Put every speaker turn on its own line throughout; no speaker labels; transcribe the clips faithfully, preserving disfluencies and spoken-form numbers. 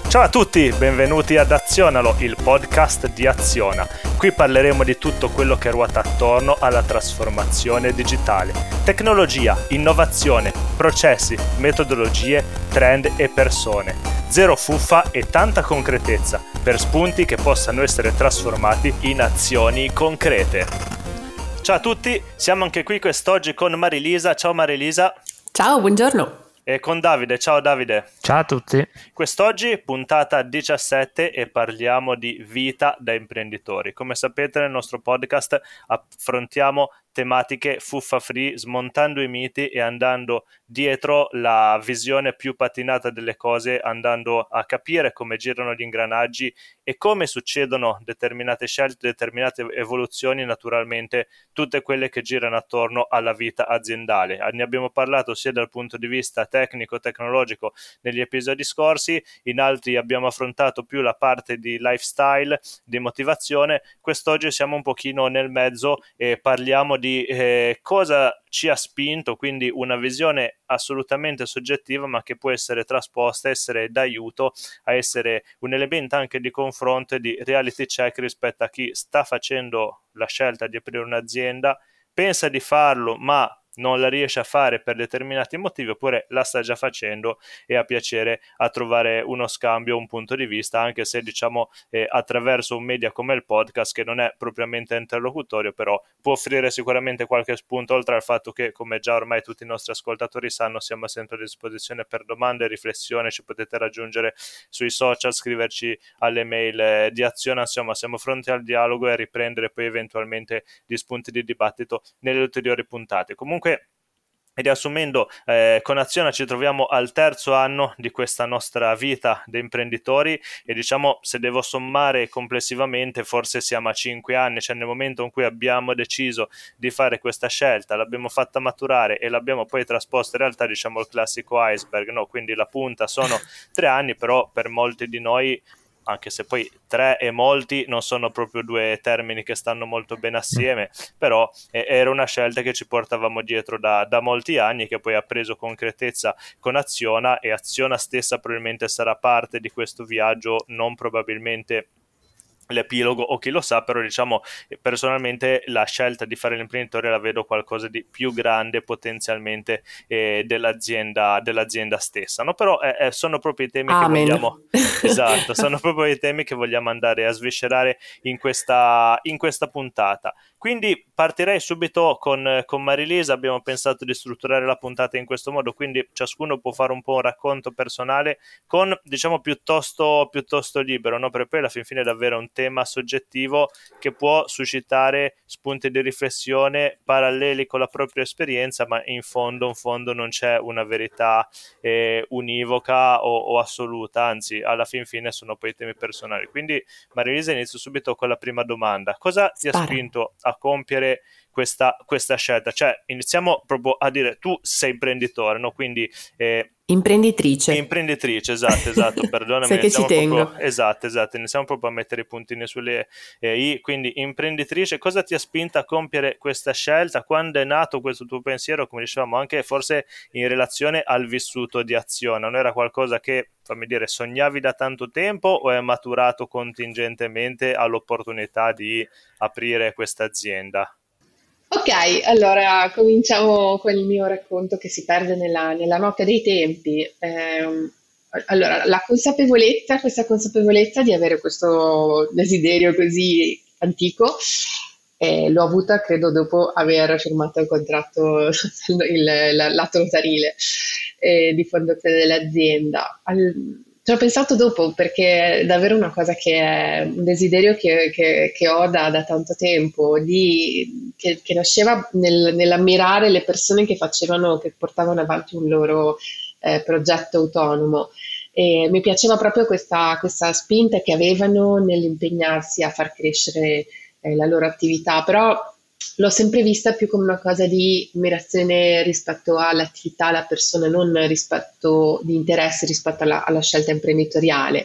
Ciao a tutti, benvenuti ad Azionalo, il podcast di Aziona. Qui parleremo di tutto quello che ruota attorno alla trasformazione digitale. Tecnologia, innovazione, processi, metodologie, trend e persone. Zero fuffa e tanta concretezza per spunti che possano essere trasformati in azioni concrete. Ciao a tutti, siamo anche qui quest'oggi con Marilisa. Ciao Marilisa.
Ciao, buongiorno.
E con Davide. Ciao Davide.
Ciao a tutti.
Quest'oggi puntata diciassette e parliamo di vita da imprenditori. Come sapete nel nostro podcast affrontiamo tematiche fuffa free, smontando i miti e andando dietro la visione più patinata delle cose, andando a capire come girano gli ingranaggi e come succedono determinate scelte, determinate evoluzioni, naturalmente tutte quelle che girano attorno alla vita aziendale. Ne abbiamo parlato sia dal punto di vista tecnico, tecnologico negli episodi scorsi, in altri abbiamo affrontato più la parte di lifestyle, di motivazione. Quest'oggi siamo un pochino nel mezzo e parliamo di eh, cosa ci ha spinto, quindi una visione assolutamente soggettiva ma che può essere trasposta, essere d'aiuto, a essere un elemento anche di confronto e di reality check rispetto a chi sta facendo la scelta di aprire un'azienda, pensa di farlo ma non la riesce a fare per determinati motivi, oppure la sta già facendo e ha piacere a trovare uno scambio, un punto di vista, anche se diciamo eh, attraverso un media come il podcast, che non è propriamente interlocutorio, però può offrire sicuramente qualche spunto, oltre al fatto che, come già ormai tutti i nostri ascoltatori sanno, siamo sempre a disposizione per domande e riflessioni. Ci potete raggiungere sui social, scriverci alle mail eh, di Azione, insomma siamo pronti al dialogo e a riprendere poi eventualmente gli spunti di dibattito nelle ulteriori puntate. Comunque, riassumendo, eh, con Aziona ci troviamo al terzo anno di questa nostra vita da imprenditori e diciamo, se devo sommare complessivamente, forse siamo a cinque anni, cioè nel momento in cui abbiamo deciso di fare questa scelta, l'abbiamo fatta maturare e l'abbiamo poi trasposta in realtà, diciamo, il classico iceberg, no? Quindi la punta sono tre anni, però per molti di noi, anche se poi tre e molti non sono proprio due termini che stanno molto bene assieme, però eh, era una scelta che ci portavamo dietro da, da molti anni, che poi ha preso concretezza con Aziona, e Aziona stessa probabilmente sarà parte di questo viaggio, non probabilmente l'epilogo o chi lo sa, però diciamo personalmente la scelta di fare l'imprenditore la vedo qualcosa di più grande potenzialmente eh, dell'azienda dell'azienda stessa, no? Però eh, sono proprio i temi
Amen.
che vogliamo esatto, sono proprio i temi che vogliamo andare a sviscerare in questa, in questa puntata. Quindi partirei subito con, con Marilisa. Abbiamo pensato di strutturare la puntata in questo modo, quindi ciascuno può fare un po' un racconto personale con, diciamo, piuttosto, piuttosto libero, no? Per poi alla fin fine è davvero un tema soggettivo che può suscitare spunti di riflessione paralleli con la propria esperienza, ma in fondo, in fondo non c'è una verità eh, univoca o, o assoluta, anzi alla fin fine sono poi temi personali. Quindi Marilisa, inizio subito con la prima domanda: cosa ti
Spara.
ha spinto a compiere questa, questa scelta? Cioè, iniziamo proprio a dire, tu sei imprenditore, no? Quindi eh,
Imprenditrice.
Imprenditrice, esatto, esatto, perdonami.
Sai che ci tengo.
Proprio, esatto, esatto, iniziamo proprio a mettere i puntini sulle eh, i, quindi imprenditrice, cosa ti ha spinta a compiere questa scelta? Quando è nato questo tuo pensiero, come dicevamo, anche forse in relazione al vissuto di Azione? Non era qualcosa che, fammi dire, sognavi da tanto tempo o è maturato contingentemente all'opportunità di aprire questa azienda?
Ok, allora cominciamo con il mio racconto che si perde nella, nella notte dei tempi. Ehm, allora, la consapevolezza, questa consapevolezza di avere questo desiderio così antico, eh, l'ho avuta credo dopo aver firmato il contratto, il, la- l'atto notarile eh, di fondazione dell'azienda. Al- ci ho pensato dopo perché è davvero una cosa che è un desiderio che, che- che ho da, da tanto tempo, di- che, che nasceva nel- nell'ammirare le persone che facevano, che portavano avanti un loro eh, progetto autonomo. E mi piaceva proprio questa, questa spinta che avevano nell'impegnarsi a far crescere eh, la loro attività, però l'ho sempre vista più come una cosa di ammirazione rispetto all'attività, alla persona, non rispetto di interesse rispetto alla, alla scelta imprenditoriale.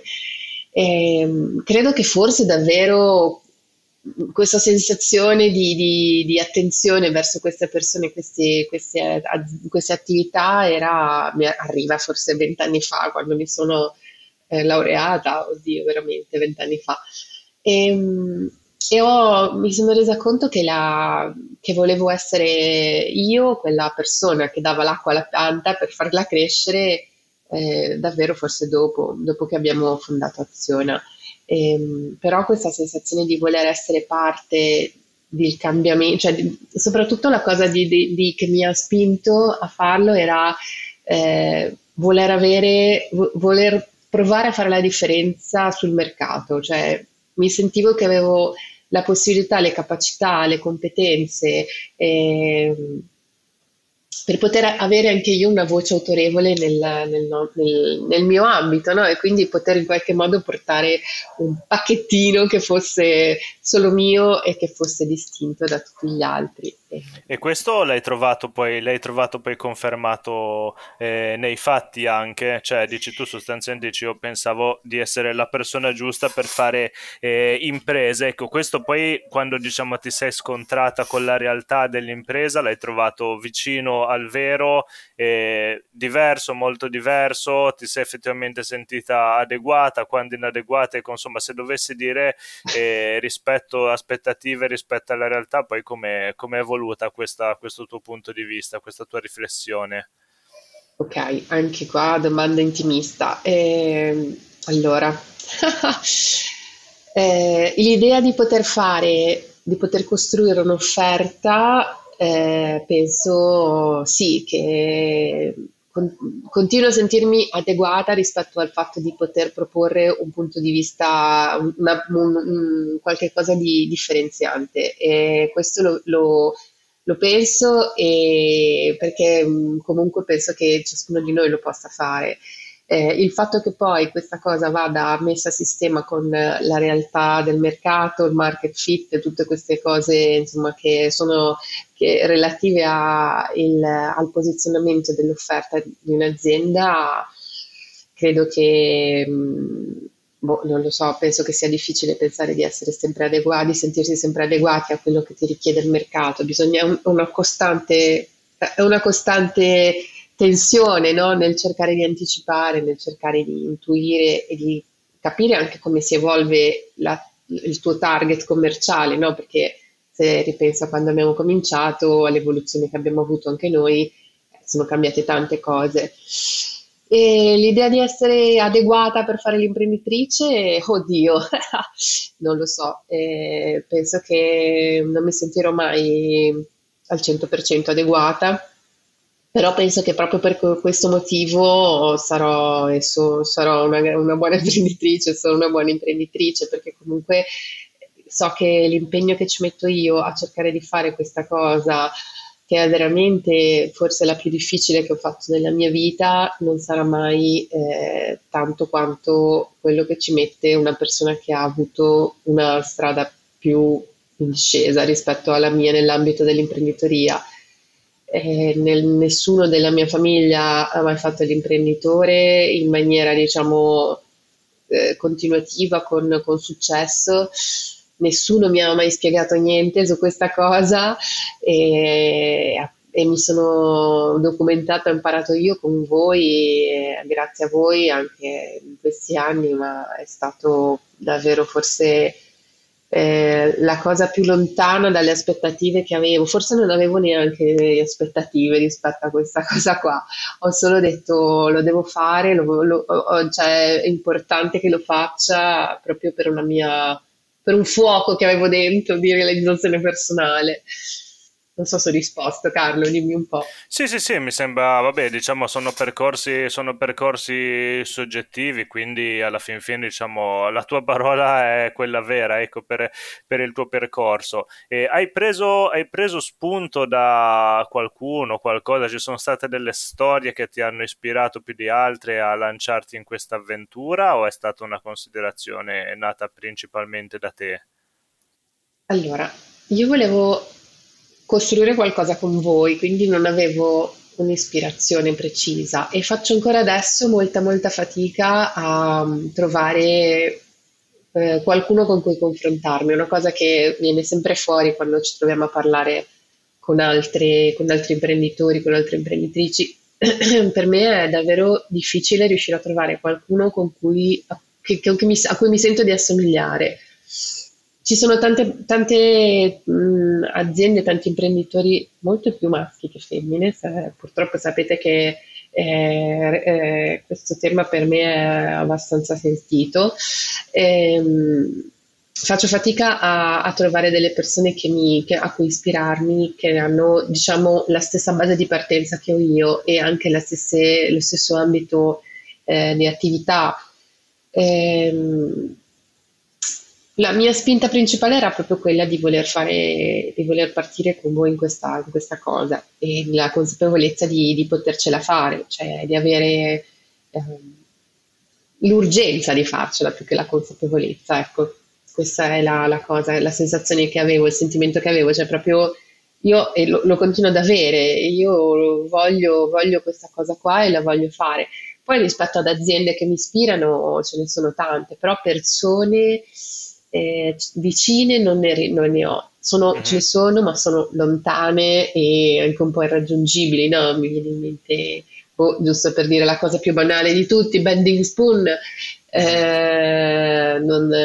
E, credo che forse davvero questa sensazione di, di- di attenzione verso queste persone, queste, queste, az- queste attività era, mi arriva forse vent'anni fa, quando mi sono eh, laureata, oddio, veramente vent'anni fa. E, mm, e ho- mi sono resa conto che, la- che volevo essere io quella persona che dava l'acqua alla pianta per farla crescere, eh, davvero forse dopo, dopo che abbiamo fondato Aziona. Ehm, però questa sensazione di voler essere parte del cambiamento, cioè di- soprattutto la cosa di- di- di- che mi ha spinto a farlo era eh, voler avere, vo- voler provare a fare la differenza sul mercato, cioè mi sentivo che avevo la possibilità, le capacità, le competenze, ehm, per poter avere anche io una voce autorevole nel, nel no- nel- nel mio ambito, no? E quindi poter in qualche modo portare un pacchettino che fosse solo mio e che fosse distinto da tutti gli altri. E-
E questo l'hai trovato poi, l'hai trovato poi confermato eh, nei fatti anche, cioè dici tu sostanzialmente dici io pensavo di essere la persona giusta per fare eh, imprese, ecco questo poi quando diciamo ti sei scontrata con la realtà dell'impresa l'hai trovato vicino al vero, eh, diverso, molto diverso, ti sei effettivamente sentita adeguata, quando inadeguata, ecco insomma se dovessi dire e rispetto a aspettative, rispetto alla realtà, poi come è evoluta questa, questo tuo punto di vista, questa tua riflessione?
Ok, anche qua domanda intimista. Ehm, allora, eh, l'idea di poter fare, di poter costruire un'offerta, eh, penso sì, che con- continuo a sentirmi adeguata rispetto al fatto di poter proporre un punto di vista, una- un, un- qualche cosa di differenziante. E questo lo, lo- lo penso e perché mh, comunque penso che ciascuno di noi lo possa fare. Eh, il fatto che poi questa cosa vada messa a sistema con eh, la realtà del mercato, il market fit, tutte queste cose insomma, che sono che relative a il- al posizionamento dell'offerta di un'azienda, credo che, mh, boh, non lo so, penso che sia difficile pensare di essere sempre adeguati, di sentirsi sempre adeguati a quello che ti richiede il mercato. Bisogna un- una costante, è una costante tensione, no? Nel cercare di anticipare, nel cercare di intuire e di capire anche come si evolve la- il tuo target commerciale, no? Perché se ripenso a quando abbiamo cominciato, all'evoluzione che abbiamo avuto anche noi, eh, sono cambiate tante cose. E l'idea di essere adeguata per fare l'imprenditrice, oddio, non lo so, eh, penso che non mi sentirò mai al cento per cento adeguata, però penso che proprio per que- questo motivo sarò, e so- sarò una, una buona imprenditrice, sono una buona imprenditrice, perché comunque so che l'impegno che ci metto io a cercare di fare questa cosa, che è veramente forse la più difficile che ho fatto nella mia vita, non sarà mai eh, tanto quanto quello che ci mette una persona che ha avuto una strada più in discesa rispetto alla mia nell'ambito dell'imprenditoria. Eh, nel- nessuno della mia famiglia ha mai fatto l'imprenditore in maniera, diciamo, eh, continuativa con, con successo. Nessuno mi ha mai spiegato niente su questa cosa e, e mi sono documentata, ho imparato io con voi, e grazie a voi anche in questi anni, ma è stato davvero forse eh, la cosa più lontana dalle aspettative che avevo. Forse non avevo neanche aspettative rispetto a questa cosa qua. Ho solo detto lo devo fare, lo- lo- ho- cioè, è importante che lo faccia proprio per una mia, per un fuoco che avevo dentro di realizzazione personale. Non so se ho risposto, Carlo, dimmi un po'.
Sì, sì, sì, mi sembra, vabbè, diciamo, sono percorsi, sono percorsi soggettivi, quindi alla fin fine, diciamo, la tua parola è quella vera, ecco, per, per il tuo percorso. E hai preso, hai preso spunto da qualcuno, qualcosa? Ci sono state delle storie che ti hanno ispirato più di altre a lanciarti in questa avventura o è stata una considerazione nata principalmente da te?
Allora, io volevo costruire qualcosa con voi, quindi non avevo un'ispirazione precisa e faccio ancora adesso molta molta fatica a mm, trovare eh, qualcuno con cui confrontarmi. È una cosa che viene sempre fuori quando ci troviamo a parlare con altre- con altri imprenditori, con altre imprenditrici. per me è davvero difficile riuscire a trovare qualcuno con cui, che- che- che mi- a cui mi sento di assomigliare. Ci sono tante, tante mh, aziende, tanti imprenditori, molto più maschi che femmine. sa- Purtroppo sapete che eh, eh, questo tema per me è abbastanza sentito. Ehm, Faccio fatica a, a trovare delle persone che mi, che- a cui ispirarmi, che hanno, diciamo, la stessa base di partenza che ho io e anche la stesse- lo stesso ambito eh, di attività. Ehm, la mia spinta principale era proprio quella di voler fare, di voler partire con voi in questa, in questa cosa e la consapevolezza di, di potercela fare, cioè di avere ehm, l'urgenza di farcela più che la consapevolezza, ecco. Questa è la, la cosa, la sensazione che avevo, il sentimento che avevo, cioè proprio io e lo, lo continuo ad avere, io voglio, voglio questa cosa qua e la voglio fare. Poi rispetto ad aziende che mi ispirano ce ne sono tante, però persone eh, vicine non ne, ri- non ne ho. Sono- ce ne
Mhm.
sono, ma sono lontane e anche un po' irraggiungibili, no? Mi viene in mente, boh, giusto per dire la cosa più banale di tutti, Bending Spoon,
Mhm.
eh, non,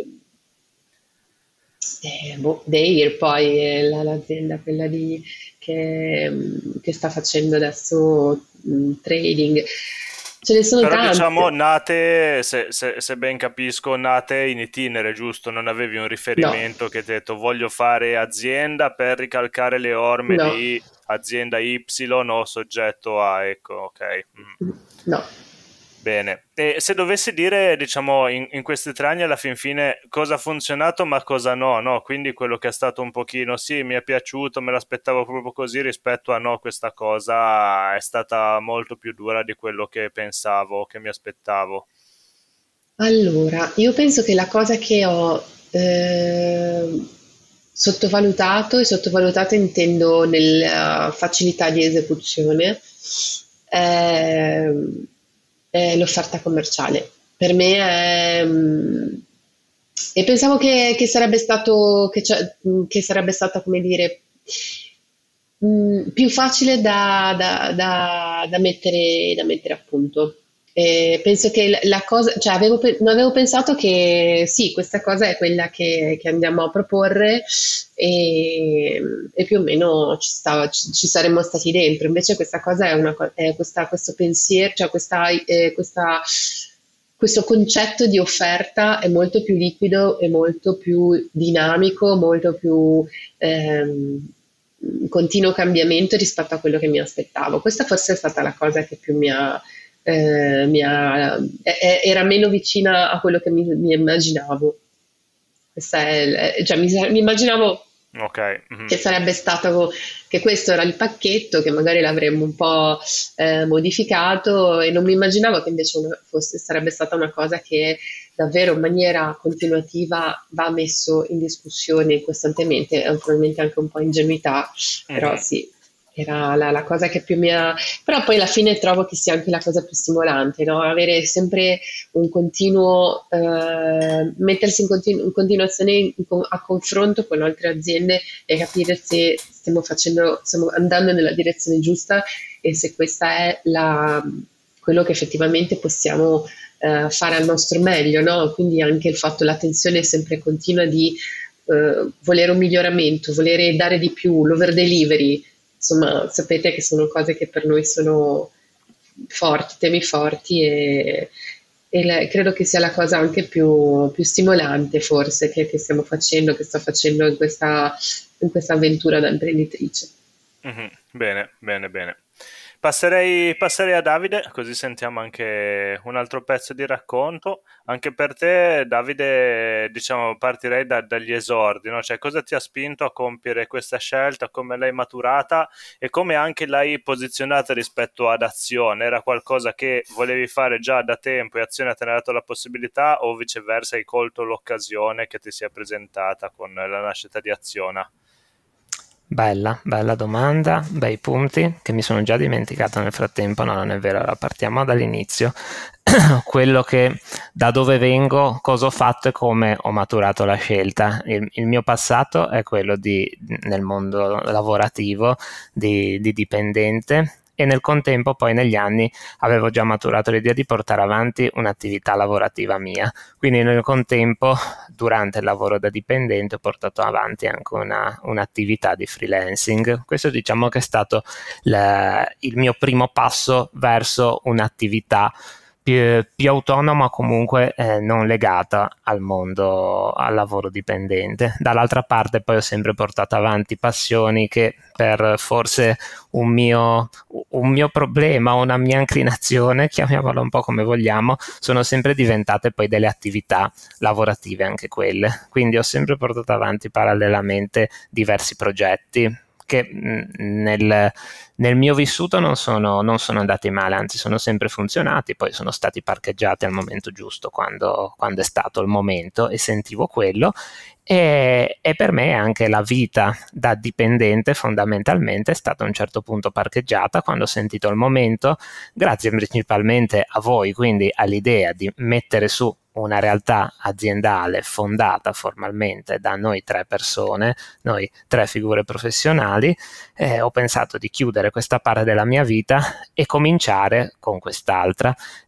eh, boh, Dare poi è la- l'azienda quella di, che, mm, che sta facendo adesso mm, trading. Ce ne sono
Però diciamo
tante.
nate, se, se- se ben capisco, nate in itinere, giusto? Non avevi un
No,
riferimento che ti ha detto voglio fare azienda per ricalcare le orme
no,
di azienda Y o soggetto A, ecco, ok. Mm.
no.
Bene, e se dovessi dire, diciamo, in, in questi tre anni alla fin fine cosa ha funzionato ma cosa no, no? Quindi quello che è stato un pochino, sì, mi è piaciuto, me l'aspettavo proprio così rispetto a no, questa cosa è stata molto più dura di quello che pensavo, che mi aspettavo.
Allora, io penso che la cosa che ho ehm, sottovalutato, e sottovalutato intendo nella facilità di esecuzione, è, è l'offerta commerciale. Per me è... mm, e pensavo che, che sarebbe stato, che, cioè, mm, che sarebbe stata, come dire, mm, più facile da, da- da- da mettere, da mettere a punto. Eh, penso che la la cosa, cioè avevo, pe- non avevo pensato che sì, questa cosa è quella che, che andiamo a proporre e, e più o meno ci, stava- ci- ci saremmo stati dentro. Invece questa cosa è, una, co- è questa- questo pensiero, cioè questa, eh, questa- questo concetto di offerta è molto più liquido e molto più dinamico, molto più ehm, continuo cambiamento rispetto a quello che mi aspettavo. Questa forse è stata la cosa che più mi ha eh, mi ha- è- è- era meno vicina a quello che mi, mi immaginavo. Questa è, cioè, mi, mi immaginavo
Ok, mhm.
che sarebbe stato, che questo era il pacchetto, che magari l'avremmo un po' eh, modificato e non mi immaginavo che invece una- fosse- sarebbe stata una cosa che davvero in maniera continuativa va messo in discussione costantemente, è probabilmente anche un po' ingenuità, però
Mhm.
sì, era la, la cosa che più mi ha... Però poi alla fine trovo che sia anche la cosa più stimolante, no? Avere sempre un continuo, eh, mettersi in, continu- in continuazione in- a confronto con altre aziende e capire se stiamo facendo, stiamo andando nella direzione giusta e se questa è la, quello che effettivamente possiamo eh, fare al nostro meglio, no? Quindi anche il fatto, la tensione sempre continua di eh, volere un miglioramento, volere dare di più, l'over delivery, insomma, sapete che sono cose che per noi sono forti, temi forti e, e la- credo che sia la cosa anche più, più stimolante forse che, che stiamo facendo, che sto facendo in questa, in questa avventura da imprenditrice.
Mhm. Bene, bene, bene. Passerei, passerei a Davide, così sentiamo anche un altro pezzo di racconto. Anche per te, Davide, diciamo, partirei da- dagli esordi, no? Cioè, cosa ti ha spinto a compiere questa scelta, come l'hai maturata e come anche l'hai posizionata rispetto ad Azione? Era qualcosa che volevi fare già da tempo e Azione te ne ha dato la possibilità o viceversa hai colto l'occasione che ti si è presentata con la nascita di Aziona?
Bella, bella domanda, bei punti che mi sono già dimenticato nel frattempo, no, non è vero, allora partiamo dall'inizio. Quello che da dove vengo, cosa ho fatto e come ho maturato la scelta. Il, il mio passato è quello di, nel mondo lavorativo di, di dipendente, e nel contempo poi negli anni avevo già maturato l'idea di portare avanti un'attività lavorativa mia, quindi nel contempo durante il lavoro da dipendente ho portato avanti anche una, un'attività di freelancing. Questo diciamo che è stato la, il mio primo passo verso un'attività più, più autonoma, comunque eh, non legata al mondo, al lavoro dipendente. Dall'altra parte poi ho sempre portato avanti passioni che per forse un mio, un mio problema, una mia inclinazione, chiamiamola un po' come vogliamo, sono sempre diventate poi delle attività lavorative anche quelle. Quindi ho sempre portato avanti parallelamente diversi progetti che nel, nel mio vissuto non sono, non sono andati male, anzi sono sempre funzionati, poi sono stati parcheggiati al momento giusto, quando, quando è stato il momento e sentivo quello. E, e per me anche la vita da dipendente fondamentalmente è stata a un certo punto parcheggiata quando ho sentito il momento, grazie principalmente a voi, quindi all'idea di mettere su una realtà aziendale fondata formalmente da noi tre persone, noi tre figure professionali. Eh, ho pensato di chiudere questa parte della mia vita e cominciare con quest'altra.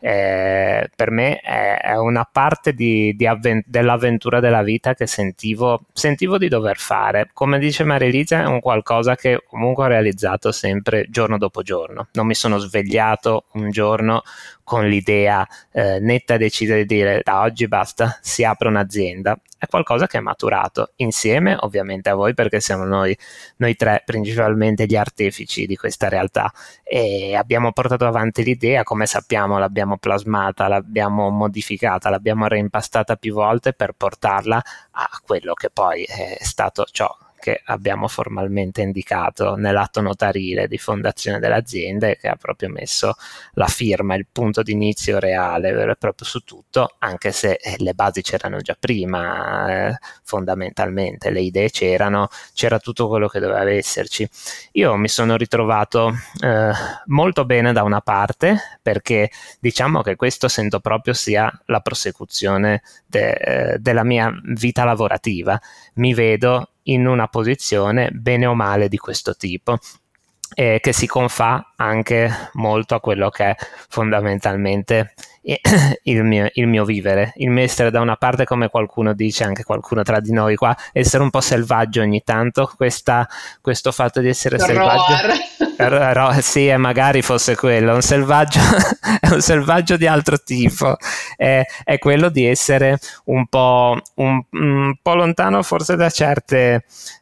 Eh, per me è, è una parte di, di avvent- dell'avventura della vita che sentivo, sentivo di dover fare. Come dice Maria Elisa, è un qualcosa che comunque ho realizzato sempre giorno dopo giorno. Non mi sono svegliato un giorno con l'idea eh, netta e decisa di dire da oggi basta, si apre un'azienda. È qualcosa che è maturato insieme ovviamente a voi, perché siamo noi, noi tre principalmente gli artefici di questa realtà, e abbiamo portato avanti l'idea, come sappiamo l'abbiamo plasmata, l'abbiamo modificata, l'abbiamo reimpastata più volte per portarla a quello che poi è stato ciò che abbiamo formalmente indicato nell'atto notarile di fondazione dell'azienda, e che ha proprio messo la firma, il punto di inizio reale vero e proprio su tutto, anche se eh, le basi c'erano già prima, eh, fondamentalmente le idee c'erano, c'era tutto quello che doveva esserci. Io mi sono ritrovato eh, molto bene da una parte, perché diciamo che questo sento proprio sia la prosecuzione de, eh, della mia vita lavorativa. Mi vedo in una posizione bene o male di questo tipo, eh, che si confà anche molto a quello che è fondamentalmente il mio, il mio vivere, il mio essere da una parte, come qualcuno dice, anche qualcuno tra di noi qua, essere un po' selvaggio ogni tanto, questa, questo fatto di essere selvaggio, ro, sì, e magari fosse quello, un selvaggio è un selvaggio di altro tipo, è, è quello di essere un po', un, un po' lontano forse da certe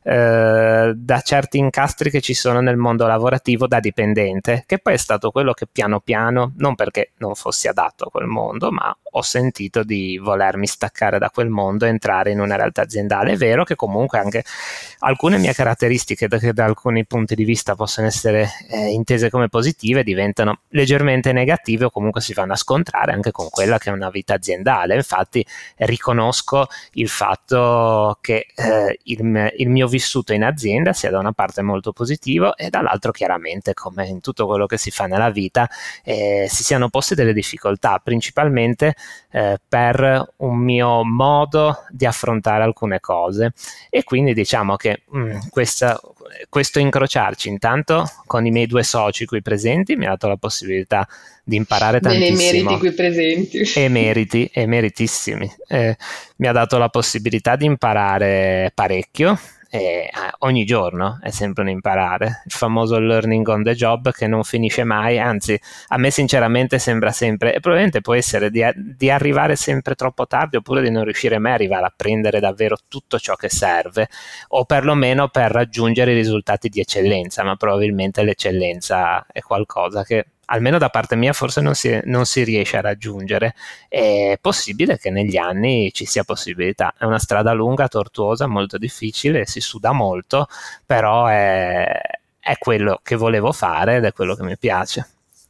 eh, da certi incastri che ci sono nel mondo lavorativo da dipendente, che poi è stato quello che piano piano, non perché non fossi adatto a quel mondo, ma ho sentito di volermi staccare da quel mondo e entrare in una realtà aziendale. È vero che comunque anche alcune mie caratteristiche, che da alcuni punti di vista possono essere eh, intese come positive, diventano leggermente negative, o comunque si vanno a scontrare anche con quella che è una vita aziendale. Infatti riconosco il fatto che eh, il, il mio vissuto in azienda sia da una parte molto positivo, e dall'altro chiaramente, come in tutto quello che si fa nella vita, eh, si siano poste delle difficoltà, principalmente eh, per un mio modo di affrontare alcune cose. E quindi diciamo che mh, questa, questo incrociarci intanto con i miei due soci qui presenti mi ha dato la possibilità di imparare tantissimo.
Bene, meriti qui presenti.
E meriti, e meritissimi. Eh, mi ha dato la possibilità di imparare parecchio, e eh, ogni giorno è sempre un imparare, il famoso learning on the job che non finisce mai, anzi a me sinceramente sembra sempre, e probabilmente può essere di, di arrivare sempre troppo tardi, oppure di non riuscire mai a arrivare a prendere davvero tutto ciò che serve, o perlomeno per raggiungere i risultati di eccellenza, ma probabilmente l'eccellenza è qualcosa che almeno da parte mia forse non si, non si riesce a raggiungere. È possibile che negli anni ci sia possibilità, è una strada lunga, tortuosa, molto difficile, si suda molto, però è, è quello che volevo fare ed è quello che mi piace.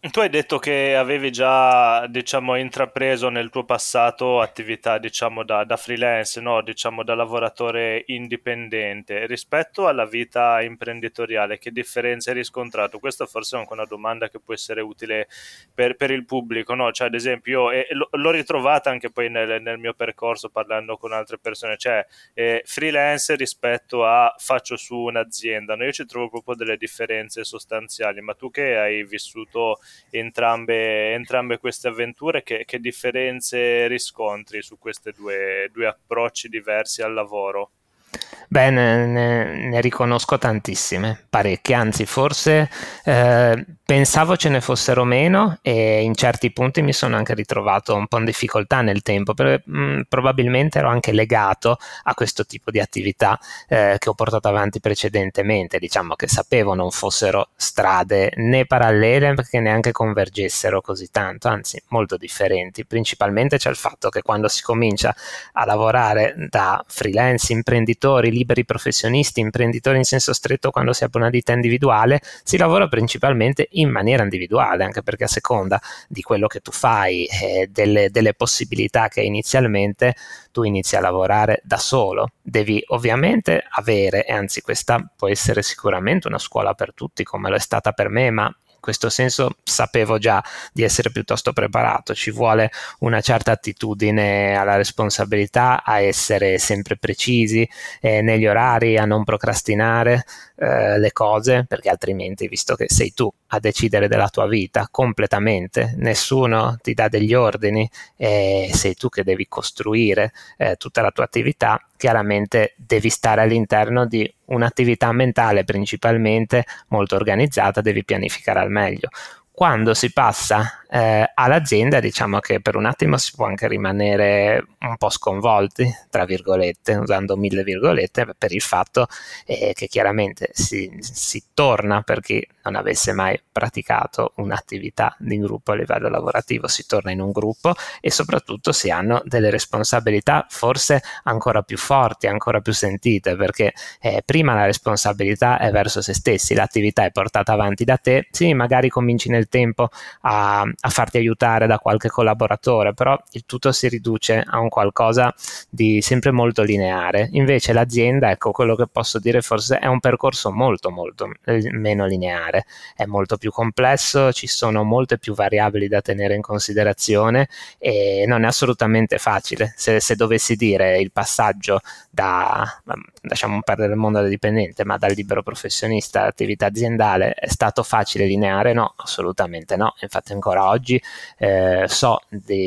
Tu hai detto che avevi già, diciamo, intrapreso nel tuo passato attività, diciamo, da, da freelance, no? Diciamo, da lavoratore indipendente. Rispetto alla vita imprenditoriale, che differenze hai riscontrato? Questa forse è anche una domanda che può essere utile per, per il pubblico, no? Cioè, ad esempio, io e l'ho, l'ho ritrovata anche poi nel, nel mio percorso parlando con altre persone, cioè eh, freelance rispetto a faccio su un'azienda, no? Io ci trovo proprio delle differenze sostanziali, ma tu che hai vissuto entrambe, entrambe queste avventure, che, che differenze riscontri su questi due, due approcci diversi al lavoro?
Beh, ne, ne- ne riconosco tantissime, parecchie, anzi forse eh, pensavo ce ne fossero meno e in certi punti mi sono anche ritrovato un po' in difficoltà nel tempo, perché mh, probabilmente ero anche legato a questo tipo di attività eh, che ho portato avanti precedentemente, diciamo che sapevo non fossero strade né parallele perché neanche convergessero così tanto, anzi molto differenti. Principalmente c'è il fatto che quando si comincia a lavorare da freelance, imprenditori, liberi professionisti, imprenditori in senso stretto quando si apre una ditta individuale, si lavora principalmente in maniera individuale, anche perché a seconda di quello che tu fai e delle, delle possibilità che hai inizialmente, tu inizi a lavorare da solo. Devi ovviamente avere, e anzi questa può essere sicuramente una scuola per tutti, come lo è stata per me, ma in questo senso sapevo già di essere piuttosto preparato. Ci vuole una certa attitudine alla responsabilità, a essere sempre precisi eh, negli orari, a non procrastinare eh, le cose, perché altrimenti, visto che sei tu a decidere della tua vita completamente, nessuno ti dà degli ordini e sei tu che devi costruire eh, tutta la tua attività, chiaramente devi stare all'interno di un'attività mentale principalmente molto organizzata, devi pianificare al meglio. Quando si passa eh, all'azienda, diciamo che per un attimo si può anche rimanere un po' sconvolti, tra virgolette, usando mille virgolette, per il fatto eh, che chiaramente si, si torna, per chi non avesse mai praticato un'attività di gruppo a livello lavorativo, si torna in un gruppo e soprattutto si hanno delle responsabilità forse ancora più forti, ancora più sentite, perché eh, prima la responsabilità è verso se stessi, l'attività è portata avanti da te, sì, magari cominci nel tempo a, a farti aiutare da qualche collaboratore, però il tutto si riduce a un qualcosa di sempre molto lineare. Invece l'azienda, ecco, quello che posso dire forse è un percorso molto molto meno lineare, è molto più complesso, ci sono molte più variabili da tenere in considerazione e non è assolutamente facile. Se, se dovessi dire il passaggio da, lasciamo perdere il mondo del dipendente, ma dal libero professionista all'attività aziendale è stato facile, lineare? No, assolutamente no. Infatti ancora oggi eh, so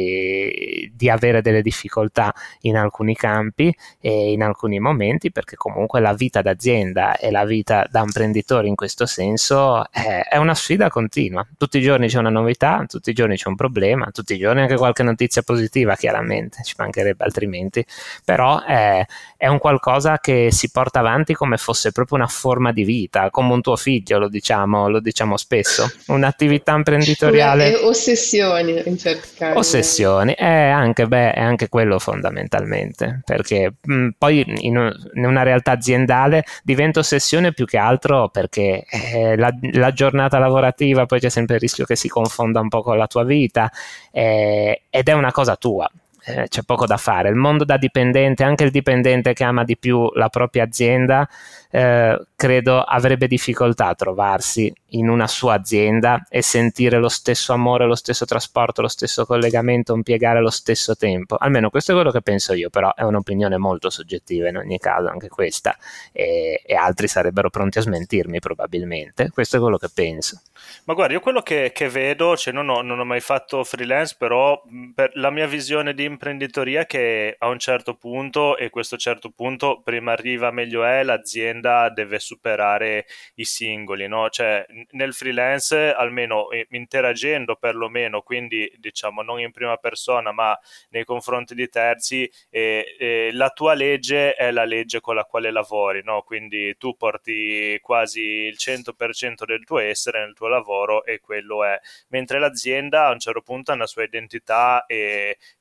di, di avere delle difficoltà in alcuni campi e in alcuni momenti, perché comunque la vita d'azienda e la vita da imprenditore in questo senso è, è una sfida continua. Tutti i giorni c'è una novità, tutti i giorni c'è un problema, tutti i giorni anche qualche notizia positiva, chiaramente, ci mancherebbe altrimenti, però è, è un qualcosa che si porta avanti come fosse proprio una forma di vita, come un tuo figlio, lo diciamo, lo diciamo spesso, un'attività
Come
imprenditoriale.
eh, ossessioni in certi casi anche.
Ossessioni, è anche, beh, è anche quello fondamentalmente, perché mh, poi in, un- in una realtà aziendale diventa ossessione più che altro perché eh, la, la giornata lavorativa poi c'è sempre il rischio che si confonda un po' con la tua vita eh, ed è una cosa tua. Eh, c'è poco da fare. Il mondo da dipendente, anche il dipendente che ama di più la propria azienda, eh, credo avrebbe difficoltà a trovarsi in una sua azienda e sentire lo stesso amore, lo stesso trasporto, lo stesso collegamento, impiegare lo stesso tempo. Almeno questo è quello che penso io, però è un'opinione molto soggettiva in ogni caso, anche questa, e, e altri sarebbero pronti a smentirmi probabilmente. Questo è quello che penso.
Ma guarda, io quello che, che vedo, cioè non ho, non ho mai fatto freelance, però mh, per la mia visione di imprenditoria che a un certo punto, e questo certo punto prima arriva meglio è, l'azienda deve superare i singoli, no? Cioè n- nel freelance, almeno eh, interagendo perlomeno, quindi diciamo non in prima persona, ma nei confronti di terzi, eh, eh, la tua legge è la legge con la quale lavori, no? Quindi tu porti quasi il cento per cento del tuo essere nel tuo lavoro e quello è. Mentre l'azienda a un certo punto ha una sua identità e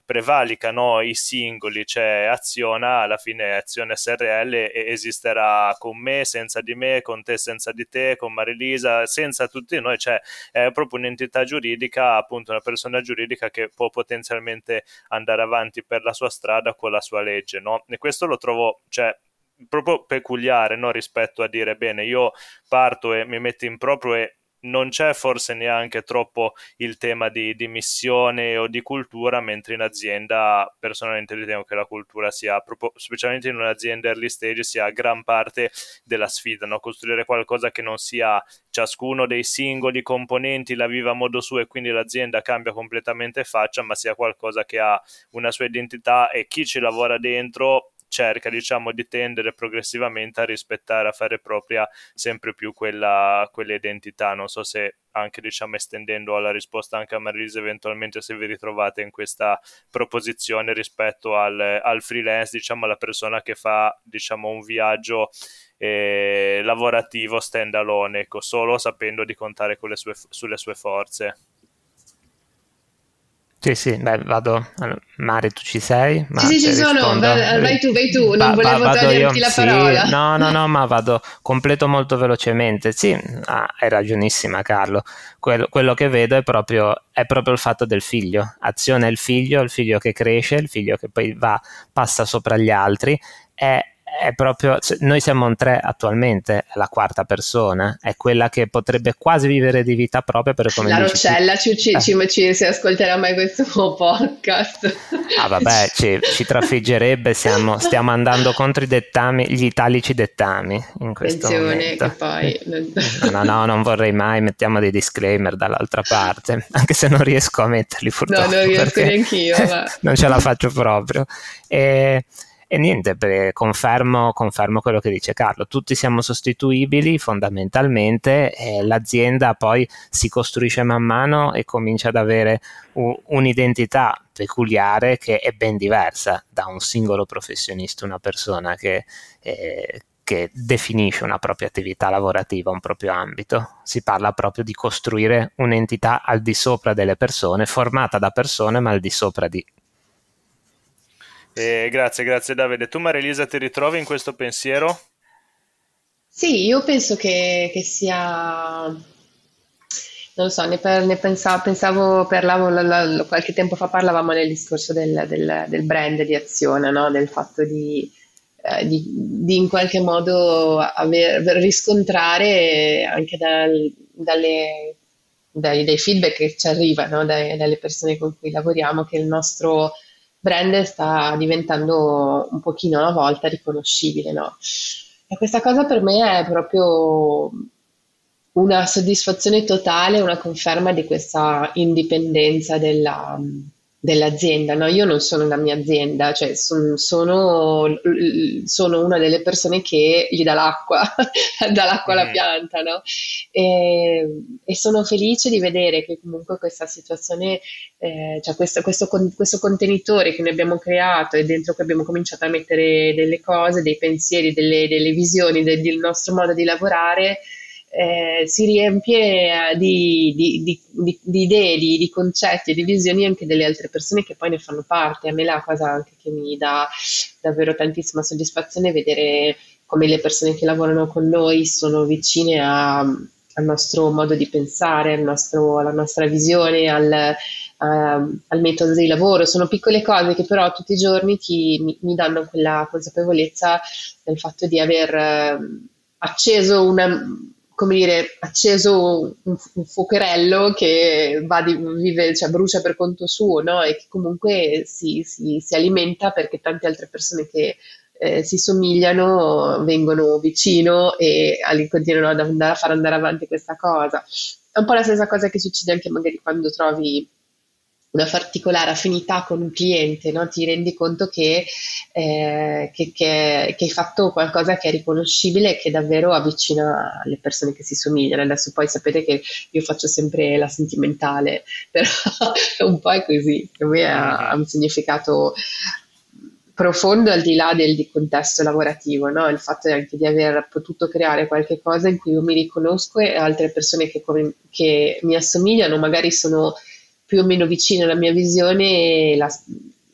prevalicano i singoli, c'è Aziona, alla fine Azione S R L e esisterà con me, senza di me, con te, senza di te, con Marilisa, senza tutti noi, cioè è proprio un'entità giuridica, appunto una persona giuridica che può potenzialmente andare avanti per la sua strada con la sua legge, no? E questo lo trovo, cioè, proprio peculiare, no? Rispetto a dire bene, io parto e mi metto in proprio e non c'è forse neanche troppo il tema di, di missione o di cultura, mentre in azienda personalmente ritengo che la cultura sia proprio, specialmente in un'azienda early stage, sia gran parte della sfida, no? Costruire qualcosa che non sia ciascuno dei singoli componenti la viva a modo suo e quindi l'azienda cambia completamente faccia, ma sia qualcosa che ha una sua identità e chi ci lavora dentro cerca, diciamo, di tendere progressivamente a rispettare, a fare propria sempre più quella, quell'identità. Non so se anche, diciamo, estendendo la risposta anche a Marilisa, eventualmente se vi ritrovate in questa proposizione rispetto al, al freelance, diciamo, alla persona che fa, diciamo, un viaggio eh, lavorativo stand alone, ecco, solo sapendo di contare con le sue, sulle sue forze.
Sì, sì, beh, vado. Allora, Mari, tu ci sei? Ma
sì, sì, ci sono.
rispondo...
vai, vai tu, vai tu, non
Va,
volevo
va,
toglierti la
sì,
parola.
No, no, no, ma vado, completo molto velocemente. Sì, ah, hai ragionissima, Carlo. Quello, quello che vedo è proprio, è proprio il fatto del figlio. Azione è il figlio, il figlio che cresce, il figlio che poi va, passa sopra gli altri. È, è proprio, noi siamo in tre attualmente, è la quarta persona, è quella che potrebbe quasi vivere di vita propria, per come
La
dici
Roccella ci, ci,
eh.
ci, ci si ascolterà mai questo podcast.
Ah vabbè, ci, ci trafiggerebbe, siamo, stiamo andando contro i dettami, gli italici dettami in questo
Attenzione
momento.
che poi non...
No, no, no, non vorrei mai, mettiamo dei disclaimer dall'altra parte, anche se non riesco a metterli purtroppo.
No, non riesco
perché
neanch'io, ma...
non ce la faccio proprio. E, e niente, beh, confermo, confermo quello che dice Carlo, tutti siamo sostituibili fondamentalmente, e l'azienda poi si costruisce man mano e comincia ad avere un, un'identità peculiare che è ben diversa da un singolo professionista, una persona che, eh, che definisce una propria attività lavorativa, un proprio ambito. Si parla proprio di costruire un'entità al di sopra delle persone, formata da persone ma al di sopra di...
Eh, grazie, grazie Davide. Tu, Marilisa, ti ritrovi in questo pensiero?
Sì, io penso che, che sia, non lo so, ne, per- ne pensa- pensavo, parlavo la- la- qualche tempo fa parlavamo nel discorso del, del- del brand di Azione, no? Del fatto di, eh, di- di in qualche modo aver, riscontrare anche dal- dalle- dai, dai feedback che ci arrivano dai- dalle persone con cui lavoriamo che il nostro brand sta diventando un pochino alla volta riconoscibile, no? E questa cosa per me è proprio una soddisfazione totale, una conferma di questa indipendenza della- dell'azienda, no? Io non sono la mia azienda, cioè son- sono, sono una delle persone che gli dà l'acqua, dà l'acqua alla
Mhm.
pianta, no? E, e sono felice di vedere che comunque questa situazione, eh, cioè questo, questo con- questo contenitore che noi abbiamo creato e dentro cui abbiamo cominciato a mettere delle cose, dei pensieri, delle, delle visioni del, del nostro modo di lavorare, eh, si riempie eh, di, di- di- di- di idee, di, di concetti e di visioni anche delle altre persone che poi ne fanno parte. A me la cosa anche che mi dà davvero tantissima soddisfazione è vedere come le persone che lavorano con noi sono vicine a- al nostro modo di pensare, al nostro- alla nostra visione, al, a- al metodo di lavoro. Sono piccole cose che però tutti i giorni ti- mi, mi danno quella consapevolezza del fatto di aver eh, acceso una, come dire, acceso un, un fuocherello che va di- vive, cioè brucia per conto suo, no? E che comunque si, si- si alimenta perché tante altre persone che eh, si somigliano vengono vicino e ali- continuano ad andare a far andare avanti questa cosa. È un po' la stessa cosa che succede anche magari quando trovi una particolare affinità con un cliente, no? Ti rendi conto che, eh, che- che- che hai fatto qualcosa che è riconoscibile e che davvero avvicina le persone che si somigliano. Adesso poi sapete che io faccio sempre la sentimentale, però un po' è così. Per me ha, ha
Mhm.
un significato profondo al di là del di contesto lavorativo, no? Il fatto anche di aver potuto creare qualche cosa in cui io mi riconosco e altre persone che, come- che mi assomigliano, magari sono più o meno vicine alla mia visione, la,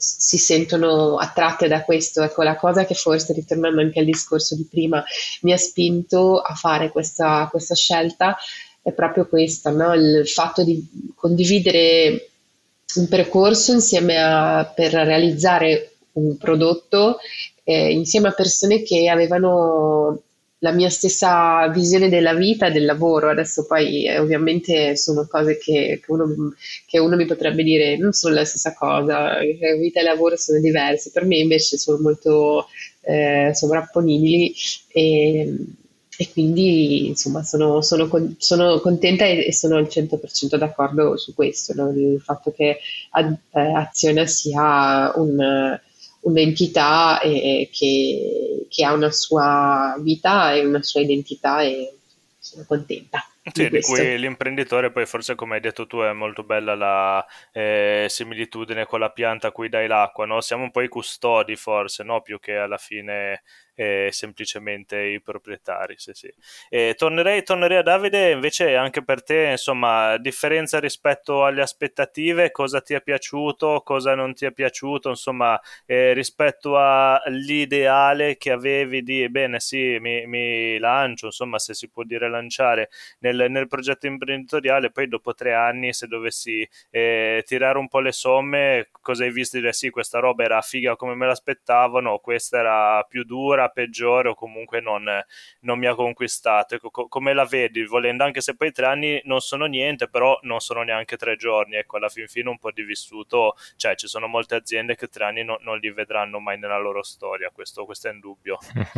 si sentono attratte da questo. Ecco, la cosa che forse, ritornando anche al discorso di prima, mi ha spinto a fare questa, questa scelta è proprio questa, no? Il fatto di condividere un percorso insieme a, per realizzare un prodotto eh, insieme a persone che avevano la mia stessa visione della vita e del lavoro. Adesso poi eh, ovviamente sono cose che, che, uno, che uno mi potrebbe dire non sono la stessa cosa, eh, vita e lavoro sono diverse, per me invece sono molto eh, sovrapponibili e, e quindi insomma sono, sono, con- sono contenta e, e sono al cento per cento d'accordo su questo, no? Il fatto che Ad- eh, Aziona sia un un'entità eh, che, che ha una sua vita e una sua identità e sono contenta
Sì,
di
di
questo.
cui l'imprenditore poi forse come hai detto tu è molto bella la eh, similitudine con la pianta a cui dai l'acqua, no? Siamo un po' i custodi forse, no? Più che alla fine eh, semplicemente i proprietari, sì, sì. E tornerei, tornerei a Davide, invece anche per te, insomma, differenza rispetto alle aspettative, cosa ti è piaciuto, cosa non ti è piaciuto, insomma, eh, rispetto all'ideale che avevi di, bene, sì, mi, mi lancio, insomma, se si può dire lanciare, nel, nel progetto imprenditoriale, poi dopo tre anni se dovessi eh, tirare un po' le somme, cosa hai visto? Dire sì, questa roba era figa come me l'aspettavo, no, questa era più dura, peggiore o comunque non, non mi ha conquistato. Ecco, co- come la vedi? Volendo, anche se poi tre anni non sono niente, però non sono neanche tre giorni, ecco, alla fin fine un po' di vissuto, cioè ci sono molte aziende che tre anni no, non li vedranno mai nella loro storia, questo, questo è indubbio.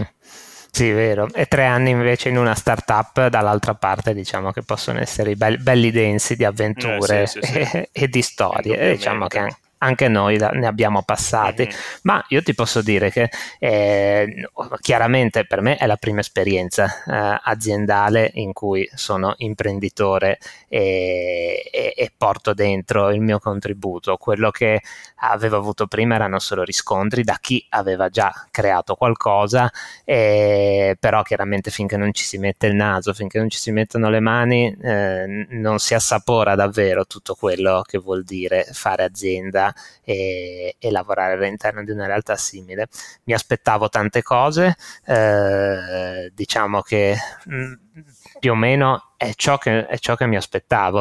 Sì, vero. E tre anni invece in una startup, dall'altra parte, diciamo che possono essere i belli, belli densi di
Eh, sì,
avventure
sì, sì,
e, e di storie. E diciamo che
indubbiamente.
an- anche noi la- ne abbiamo passati.
Mhm.
Ma io ti posso dire che eh, chiaramente per me è la prima esperienza eh, aziendale in cui sono imprenditore e, e- e porto dentro il mio contributo. Quello che avevo avuto prima erano solo riscontri da chi aveva già creato qualcosa, eh, però chiaramente finché non ci si mette il naso, finché non ci si mettono le mani, eh, non si assapora davvero tutto quello che vuol dire fare azienda e, e lavorare all'interno di una realtà simile. Mi aspettavo tante cose, eh, diciamo che mh, più o meno è ciò che, è ciò che mi aspettavo,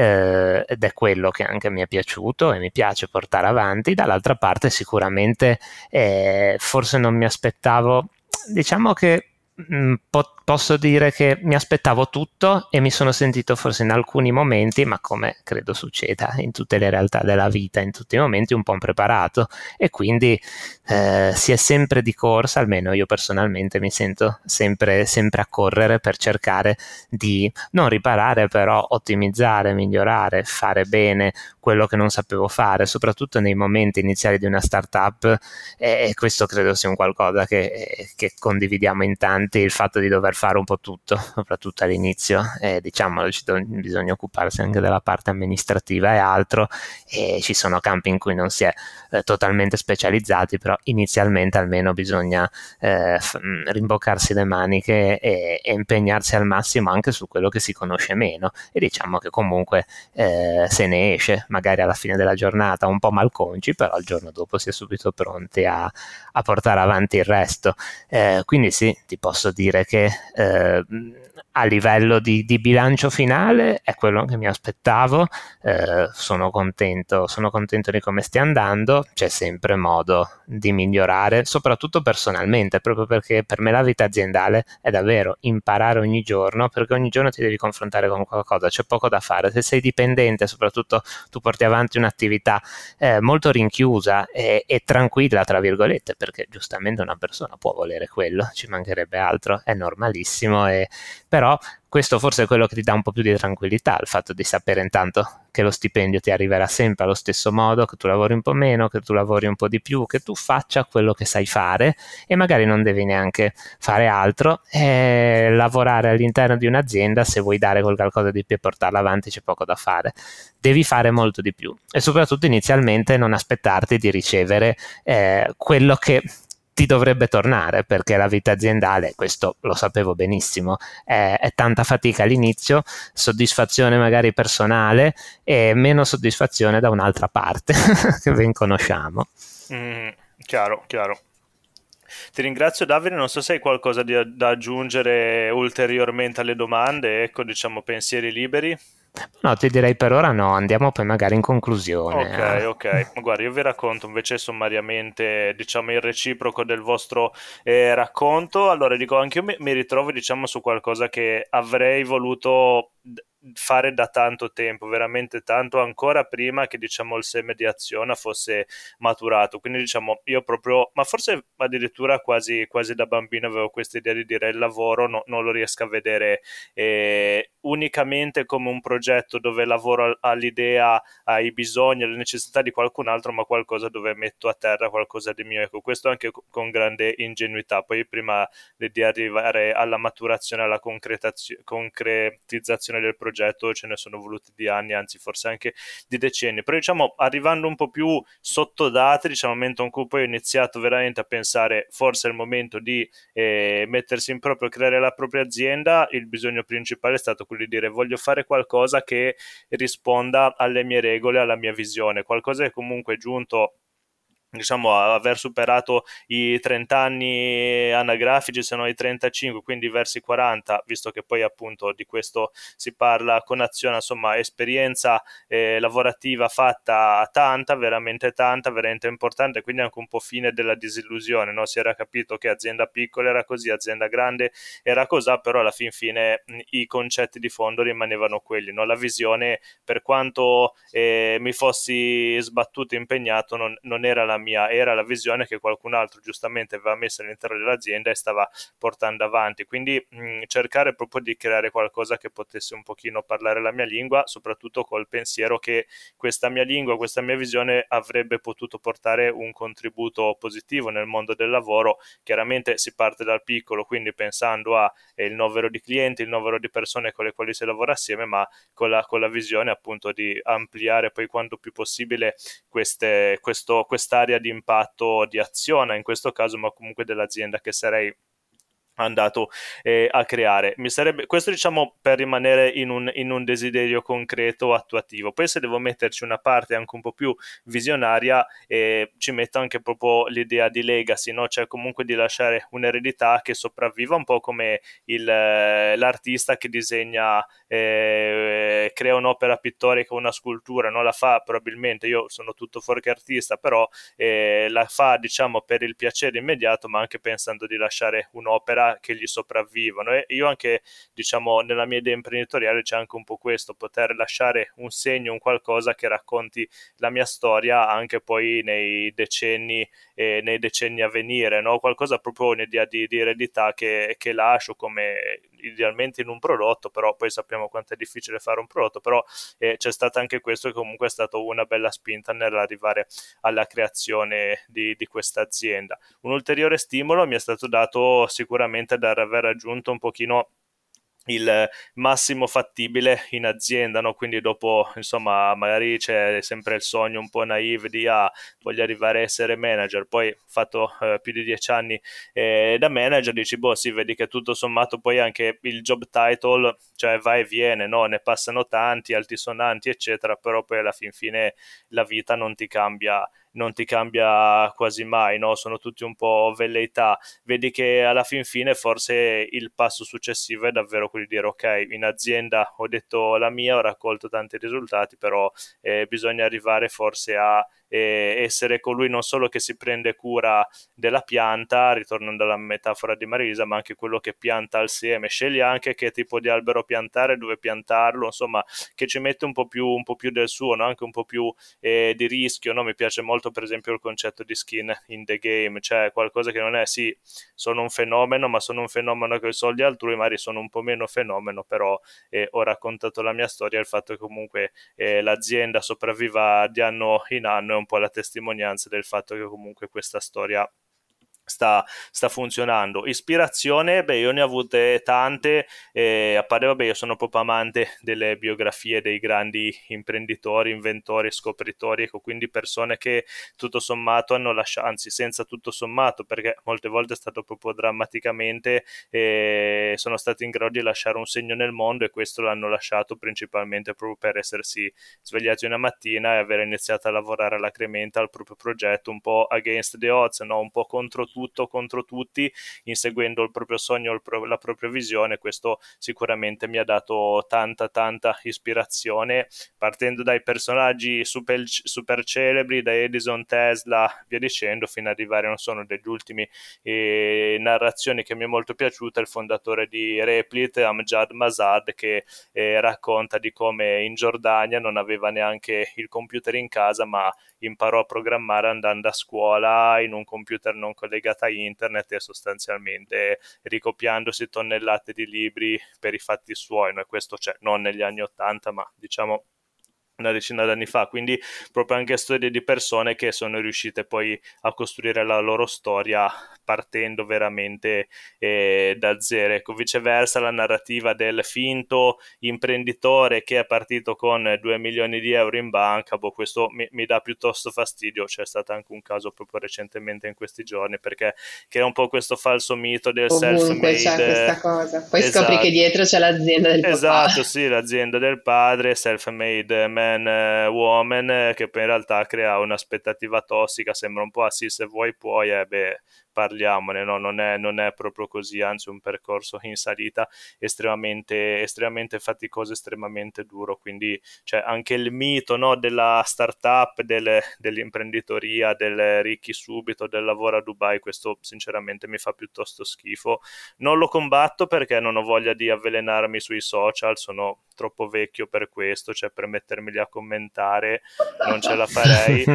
eh, ed è quello che anche mi è piaciuto e mi piace portare avanti. Dall'altra parte sicuramente eh, forse non mi aspettavo, diciamo che mh, po- posso dire che mi aspettavo tutto e mi sono sentito forse in alcuni momenti, ma come credo succeda in tutte le realtà della vita, in tutti i momenti un po' impreparato, e quindi eh, si è sempre di corsa, almeno io personalmente mi sento sempre, sempre a correre per cercare di non riparare, però ottimizzare, migliorare, fare bene quello che non sapevo fare, soprattutto nei momenti iniziali di una startup, e questo credo sia un qualcosa che, che condividiamo in tanti, il fatto di dover fare un po' tutto, soprattutto all'inizio, e diciamolo, ci do, bisogna occuparsi anche della parte amministrativa e altro, e ci sono campi in cui non si è eh, totalmente specializzati, però inizialmente almeno bisogna eh, f- rimboccarsi le maniche e, e impegnarsi al massimo anche su quello che si conosce meno, e diciamo che comunque eh, se ne esce magari alla fine della giornata un po' malconci, però il giorno dopo si è subito pronti a, a portare avanti il resto. Eh, quindi sì, ti posso dire che eh, a livello di, di bilancio finale è quello che mi aspettavo. Eh, sono contento, sono contento di come stia andando, c'è sempre modo di migliorare, soprattutto personalmente, proprio perché per me la vita aziendale è davvero imparare ogni giorno, perché ogni giorno ti devi confrontare con qualcosa, c'è poco da fare. Se sei dipendente, soprattutto tu porti avanti un'attività eh, molto rinchiusa e, e tranquilla, tra virgolette, perché giustamente una persona può volere quello, ci mancherebbe altro, è normalissimo, e, però questo forse è quello che ti dà un po' più di tranquillità, il fatto di sapere intanto che lo stipendio ti arriverà sempre allo stesso modo, che tu lavori un po' meno, che tu lavori un po' di più, che tu faccia quello che sai fare e magari non devi neanche fare altro, e lavorare all'interno di un'azienda, se vuoi dare qualcosa di più e portarla avanti, c'è poco da fare, devi fare molto di più, e soprattutto inizialmente non aspettarti di ricevere eh, quello che ti dovrebbe tornare, perché la vita aziendale, questo lo sapevo benissimo, è, è tanta fatica all'inizio, soddisfazione magari personale e meno soddisfazione da un'altra parte che ben conosciamo.
Mm, chiaro, chiaro. Ti ringrazio Davide, non so se hai qualcosa di, da aggiungere ulteriormente alle domande, ecco, diciamo pensieri liberi.
No, ti direi per ora no, andiamo poi magari in conclusione.
Ok,
eh.
ok. Guarda, io vi racconto invece sommariamente, diciamo, il reciproco del vostro eh, racconto. Allora, dico, anche io mi, mi ritrovo, diciamo, su qualcosa che avrei voluto d- fare da tanto tempo, veramente tanto, ancora prima che, diciamo, il seme di Aziona fosse maturato. Quindi, diciamo, io proprio, ma forse addirittura quasi, quasi da bambino avevo questa idea di dire il lavoro, no- non lo riesco a vedere eh, unicamente come un progetto dove lavoro all'idea, ai bisogni, alle necessità di qualcun altro, ma qualcosa dove metto a terra qualcosa di mio. Ecco, questo anche con grande ingenuità. Poi prima di arrivare alla maturazione, alla concretizzazione del progetto, ce ne sono voluti di anni, anzi forse anche di decenni. Però diciamo, arrivando un po' più sottodate, diciamo, al momento in cui poi ho iniziato veramente a pensare forse è il momento di eh, mettersi in proprio, creare la propria azienda, il bisogno principale è stato quello di dire voglio fare qualcosa che risponda alle mie regole, alla mia visione, qualcosa che comunque è giunto, diciamo, a aver superato i trenta anni anagrafici, se no i trentacinque, quindi verso i quaranta, visto che poi appunto di questo si parla con Azione, insomma, esperienza eh, lavorativa fatta tanta, veramente tanta, veramente importante, quindi anche un po' fine della disillusione, no? Si era capito che azienda piccola era così, azienda grande era così, però alla fin fine mh, i concetti di fondo rimanevano quelli, no? La visione, per quanto eh, mi fossi sbattuto impegnato, non, non era la mia, era la visione che qualcun altro giustamente aveva messo all'interno dell'azienda e stava portando avanti. Quindi mh, cercare proprio di creare qualcosa che potesse un pochino parlare la mia lingua, soprattutto col pensiero che questa mia lingua, questa mia visione avrebbe potuto portare un contributo positivo nel mondo del lavoro. Chiaramente si parte dal piccolo, quindi pensando a eh, il novero di clienti, il novero di persone con le quali si lavora assieme, ma con la, con la visione appunto di ampliare poi quanto più possibile queste, questo, quest'area di impatto di Azione in questo caso, ma comunque dell'azienda che sarei andato eh, a creare. Mi sarebbe, questo diciamo per rimanere in un, in un desiderio concreto attuativo. Poi se devo metterci una parte anche un po' più visionaria, eh, ci metto anche proprio l'idea di legacy, no? Cioè comunque di lasciare un'eredità che sopravviva un po' come il, l'artista che disegna, eh, crea un'opera pittorica, una scultura, non la fa probabilmente, io sono tutto fuorché artista, però eh, la fa diciamo per il piacere immediato, ma anche pensando di lasciare un'opera che gli sopravvivono. E io anche, diciamo, nella mia idea imprenditoriale c'è anche un po' questo, poter lasciare un segno, un qualcosa che racconti la mia storia anche poi nei decenni eh, nei decenni a venire, no? Qualcosa proprio un'idea di, di eredità che, che lascio come idealmente in un prodotto, però poi sappiamo quanto è difficile fare un prodotto, però eh, c'è stato anche questo che comunque è stato una bella spinta nell'arrivare alla creazione di, di questa azienda. Un ulteriore stimolo mi è stato dato sicuramente da aver raggiunto un pochino il massimo fattibile in azienda, no? Quindi dopo, insomma, magari c'è sempre il sogno un po' naive di ah, voglio arrivare a essere manager, poi fatto eh, più di dieci anni eh, da manager, dici boh sì, vedi che tutto sommato poi anche il job title, cioè va e viene, no? Ne passano tanti, altisonanti eccetera, però poi alla fin fine la vita non ti cambia non ti cambia quasi mai, no? Sono tutti un po' velleità. Vedi che alla fin fine forse il passo successivo è davvero quello di dire ok, in azienda ho detto la mia, ho raccolto tanti risultati, però eh, bisogna arrivare forse a eh, essere colui non solo che si prende cura della pianta, ritornando alla metafora di Marisa, ma anche quello che pianta il seme, sceglie anche che tipo di albero piantare, dove piantarlo, insomma, che ci mette un po' più, un po' più del suo, no? Anche un po' più eh, di rischio, no? Mi piace molto per esempio il concetto di skin in the game, cioè qualcosa che non è sì, sono un fenomeno, ma sono un fenomeno che ho i soldi altrui, magari sono un po' meno fenomeno, però eh, ho raccontato la mia storia, il fatto che comunque eh, l'azienda sopravviva di anno in anno è un po' la testimonianza del fatto che comunque questa storia Sta, sta funzionando. Ispirazione, beh, io ne ho avute tante, eh, a parte, vabbè, io sono proprio amante delle biografie dei grandi imprenditori, inventori, scopritori, ecco, quindi persone che tutto sommato hanno lasciato, anzi senza tutto sommato, perché molte volte è stato proprio drammaticamente, eh, sono stati in grado di lasciare un segno nel mondo, e questo l'hanno lasciato principalmente proprio per essersi svegliati una mattina e aver iniziato a lavorare all'acrementa al proprio progetto, un po' against the odds, no? Un po' contro tutto, contro tutti, inseguendo il proprio sogno, il pro- la propria visione. Questo sicuramente mi ha dato tanta tanta ispirazione, partendo dai personaggi super, super celebri, da Edison, Tesla, via dicendo, fino ad arrivare, non sono, degli ultimi eh, narrazioni che mi è molto piaciuta, il fondatore di Replit, Amjad Masad, che eh, racconta di come in Giordania non aveva neanche il computer in casa, ma imparò a programmare andando a scuola in un computer non collegato a internet, e sostanzialmente ricopiandosi tonnellate di libri per i fatti suoi, no? E questo, cioè, non negli anni ottanta, ma diciamo una decina d'anni fa, quindi proprio anche storie di persone che sono riuscite poi a costruire la loro storia partendo veramente eh, da zero. Ecco, viceversa la narrativa del finto imprenditore che è partito con due milioni di euro in banca, boh, questo mi, mi dà piuttosto fastidio. C'è stato anche un caso proprio recentemente in questi giorni, perché crea un po' questo falso mito del
Ovunque c'è
self-made.
questa cosa. Poi scopri che
Esatto.
dietro c'è l'azienda del papà.
Esatto, sì, l'azienda del padre, self-made man, eh, woman, eh, che poi in realtà crea un'aspettativa tossica, sembra un po' ah sì, se vuoi puoi, eh, beh, parliamone, no? Non è, non è proprio così, anzi un percorso in salita estremamente, estremamente faticoso, estremamente duro, quindi cioè, anche il mito, no, della startup, del, dell'imprenditoria, del ricchi subito, del lavoro a Dubai, questo sinceramente mi fa piuttosto schifo. Non lo combatto perché non ho voglia di avvelenarmi sui social, sono troppo vecchio per questo, cioè per mettermeli a commentare non ce la farei,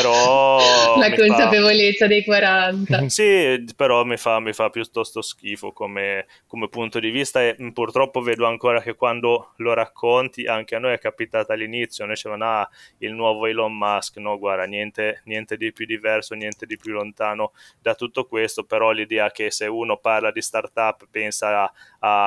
però
La
mi fa...
consapevolezza dei quaranta.
Sì, però mi fa, mi fa piuttosto schifo come, come punto di vista, e mh, purtroppo vedo ancora che quando lo racconti, anche a noi è capitato all'inizio, noi dicevano ah, il nuovo Elon Musk, no guarda, niente, niente di più diverso, niente di più lontano da tutto questo, però l'idea che se uno parla di startup pensa a,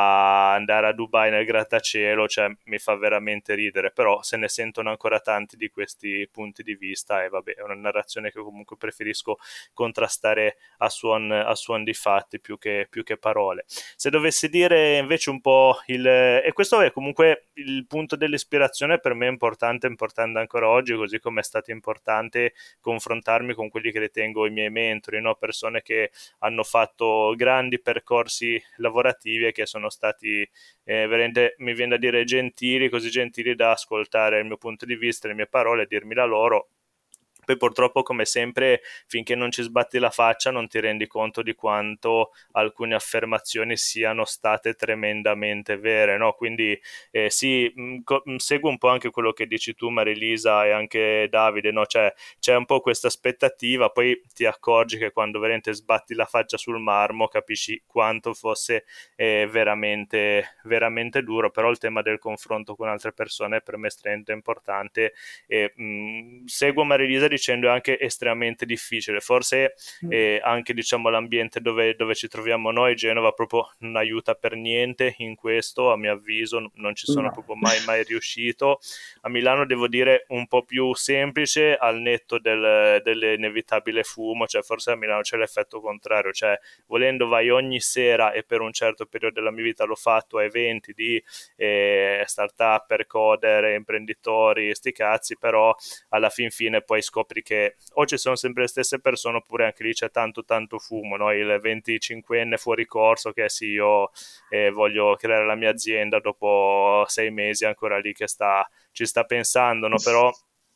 a andare a Dubai nel grattacielo, cioè mi fa veramente ridere, però se ne sentono ancora tanti di questi punti di vista, e vabbè, è una narrazione che comunque preferisco contrastare a suon, a suon di fatti più che, più che parole. Se dovessi dire invece un po' il... e questo è comunque il punto dell'ispirazione, per me è importante, importante ancora oggi, così come è stato importante confrontarmi con quelli che ritengo i miei mentori, no? Persone che hanno fatto grandi percorsi lavorativi e che sono stati eh, veramente, mi viene da dire, gentili, così gentili da ascoltare il mio punto di vista, le mie parole e dirmi la loro. Poi purtroppo, come sempre, finché non ci sbatti la faccia non ti rendi conto di quanto alcune affermazioni siano state tremendamente vere, no? Quindi eh, sì, mh, co- mh, seguo un po' anche quello che dici tu, Marilisa, e anche Davide, no? Cioè, c'è un po' questa aspettativa, poi ti accorgi che quando veramente sbatti la faccia sul marmo capisci quanto fosse eh, veramente, veramente duro, però il tema del confronto con altre persone per me è estremamente importante, e mh, seguo Marilisa dicendo è anche estremamente difficile, forse eh, anche diciamo l'ambiente dove, dove ci troviamo noi, Genova, proprio non aiuta per niente in questo, a mio avviso non ci sono
No.
proprio mai mai riuscito. A Milano devo dire un po' più semplice, al netto del, dell'inevitabile fumo, cioè forse a Milano c'è l'effetto contrario, cioè volendo vai ogni sera, e per un certo periodo della mia vita l'ho fatto, a eventi di eh, start-up, coder, imprenditori, sti cazzi, però alla fin fine poi scopri che o ci sono sempre le stesse persone, oppure anche lì c'è tanto tanto fumo, no? Il venticinquenne fuori corso che sì, io eh, voglio creare la mia azienda, dopo sei mesi ancora lì che sta, ci sta pensando, no? Però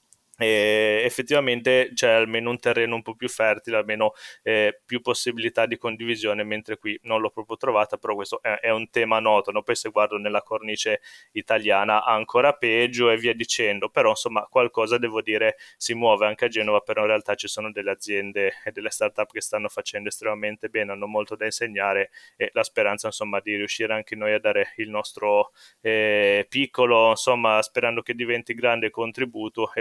e effettivamente c'è almeno un terreno un po' più fertile, almeno eh, più possibilità di condivisione, mentre qui non l'ho proprio trovata, però questo è, è un tema noto, no? Poi se guardo nella cornice italiana ancora peggio e via dicendo, però insomma qualcosa devo dire si muove anche a Genova, però in realtà ci sono delle aziende e delle start-up che stanno facendo estremamente bene, hanno molto da insegnare, e la speranza insomma di riuscire anche noi a dare il nostro eh, piccolo, insomma sperando che diventi grande contributo, e far sì che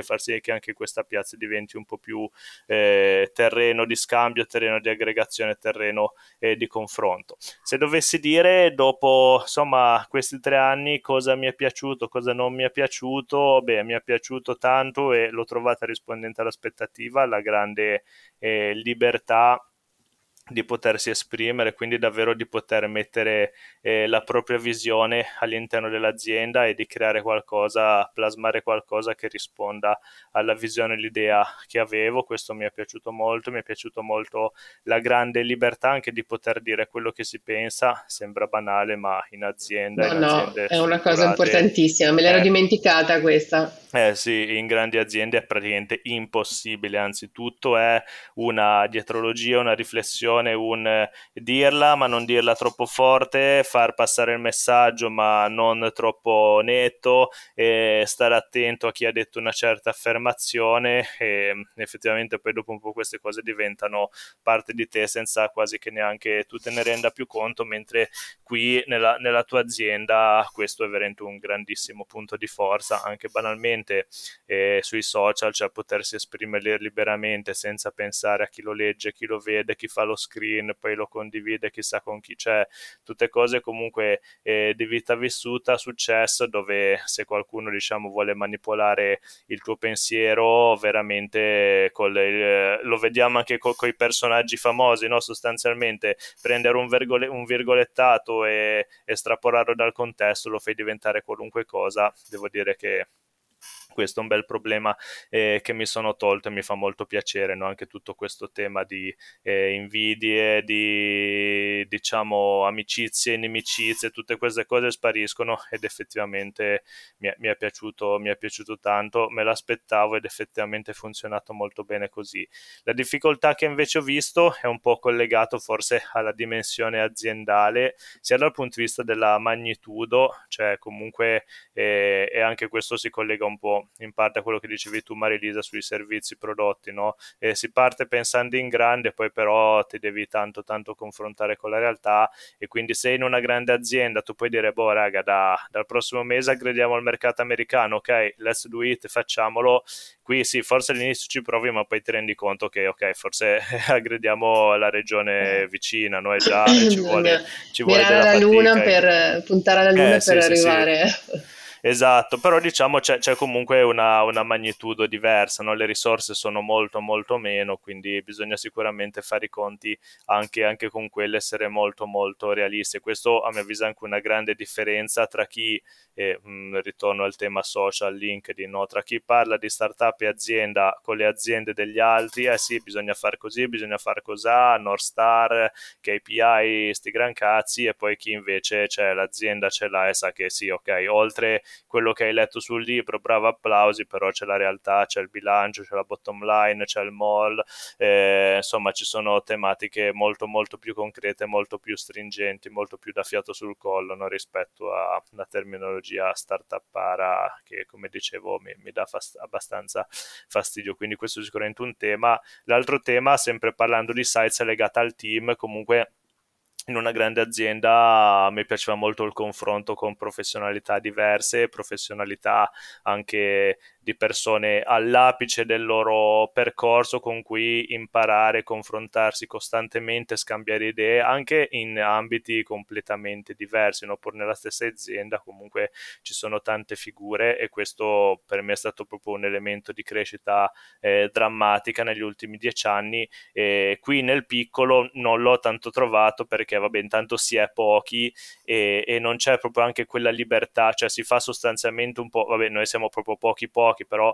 che anche questa piazza diventi un po' più eh, terreno di scambio, terreno di aggregazione, terreno eh, di confronto. Se dovessi dire dopo insomma questi tre anni cosa mi è piaciuto, cosa non mi è piaciuto, beh, mi è piaciuto tanto e l'ho trovata rispondente all'aspettativa, la grande eh, libertà di potersi esprimere, quindi davvero di poter mettere eh, la propria visione all'interno dell'azienda e di creare qualcosa, plasmare qualcosa che risponda alla visione e l'idea che avevo. Questo mi è piaciuto molto, mi è piaciuto molto la grande libertà anche di poter dire quello che si pensa, sembra banale, ma in azienda,
No,
in
no,
aziende
è una cosa
strutturate
importantissima, me l'ero
eh,
dimenticata questa.
eh sì, in grandi aziende è praticamente impossibile, anzitutto è una dietrologia, una riflessione, un eh, dirla ma non dirla troppo forte, far passare il messaggio ma non troppo netto, e stare attento a chi ha detto una certa affermazione e effettivamente poi dopo un po' queste cose diventano parte di te senza quasi che neanche tu te ne renda più conto, mentre qui nella, nella tua azienda questo è veramente un grandissimo punto di forza, anche banalmente eh, sui social, cioè potersi esprimere liberamente senza pensare a chi lo legge, chi lo vede, chi fa lo screen, poi lo condivide chissà con chi, cioè tutte cose comunque eh, di vita vissuta, successo, dove se qualcuno diciamo vuole manipolare il tuo pensiero veramente col, eh, lo vediamo anche con i personaggi famosi, no? Sostanzialmente prendere un, vergole, un virgolettato e estrapolarlo dal contesto lo fai diventare qualunque cosa. Devo dire che questo è un bel problema eh, che mi sono tolto e mi fa molto piacere, no? Anche tutto questo tema di eh, invidie, di diciamo amicizie, inimicizie, tutte queste cose spariscono ed effettivamente mi è, mi è piaciuto, mi è piaciuto tanto, me l'aspettavo ed effettivamente è funzionato molto bene così. La difficoltà che invece ho visto è un po' collegato forse alla dimensione aziendale, sia dal punto di vista della magnitudo, cioè comunque eh, e anche questo si collega un po' in parte a quello che dicevi tu Marilisa sui servizi prodotti, no? Eh, si parte pensando in grande, poi però ti devi tanto tanto confrontare con la realtà e quindi se in una grande azienda tu puoi dire boh raga da, dal prossimo mese aggrediamo il mercato americano, ok, let's do it, facciamolo. Qui sì, forse all'inizio ci provi ma poi ti rendi conto che ok, forse aggrediamo la regione vicina, no? E già ci vuole,
Bisogna
ci vuole
mirare
della
alla luna
fatica. E...
per puntare alla luna
Eh
per
sì sì sì,
arrivare.
esatto, però diciamo c'è, c'è comunque una, una magnitudo diversa, no? Le risorse sono molto molto meno, quindi bisogna sicuramente fare i conti anche, anche con quelle, essere molto molto realisti. Questo a mio avviso è anche una grande differenza tra chi, eh, mh, ritorno al tema social, LinkedIn, no? Tra chi parla di startup e azienda con le aziende degli altri, eh sì, bisogna fare così, bisogna fare cosà, North Star, K P I, sti gran cazzi, e poi chi invece c'è l'azienda ce l'ha e sa che sì, ok, oltre quello che hai letto sul libro, bravo, applausi, però c'è la realtà, c'è il bilancio, c'è la bottom line, c'è il mall, eh, insomma ci sono tematiche molto molto più concrete, molto più stringenti, molto più da fiato sul collo, no? Rispetto a una terminologia startupara che come dicevo mi, mi dà fast- abbastanza fastidio, quindi questo è sicuramente un tema. L'altro tema, sempre parlando di sites, è legato al team, comunque in una grande azienda mi piaceva molto il confronto con professionalità diverse, professionalità anche di persone all'apice del loro percorso con cui imparare, confrontarsi costantemente, scambiare idee anche in ambiti completamente diversi, no? Pur nella stessa azienda comunque ci sono tante figure e questo per me è stato proprio un elemento di crescita eh, drammatica negli ultimi dieci anni. E qui nel piccolo non l'ho tanto trovato perché vabbè intanto si è pochi e, e non c'è proprio anche quella libertà, cioè si fa sostanzialmente un po', vabbè noi siamo proprio pochi pochi però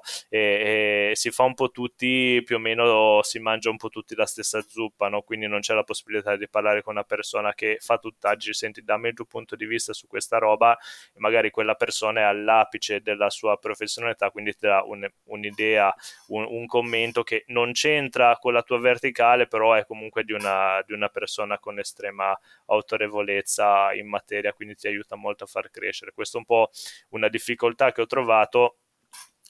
eh, eh, si fa un po' tutti più o meno, si mangia un po' tutti la stessa zuppa, no? Quindi non c'è la possibilità di parlare con una persona che fa tutt'oggi, senti dammi il tuo punto di vista su questa roba e magari quella persona è all'apice della sua professionalità, quindi ti dà un, un'idea, un, un commento che non c'entra con la tua verticale, però è comunque di una, di una persona con estrema autorevolezza in materia, quindi ti aiuta molto a far crescere. Questo è un po' una difficoltà che ho trovato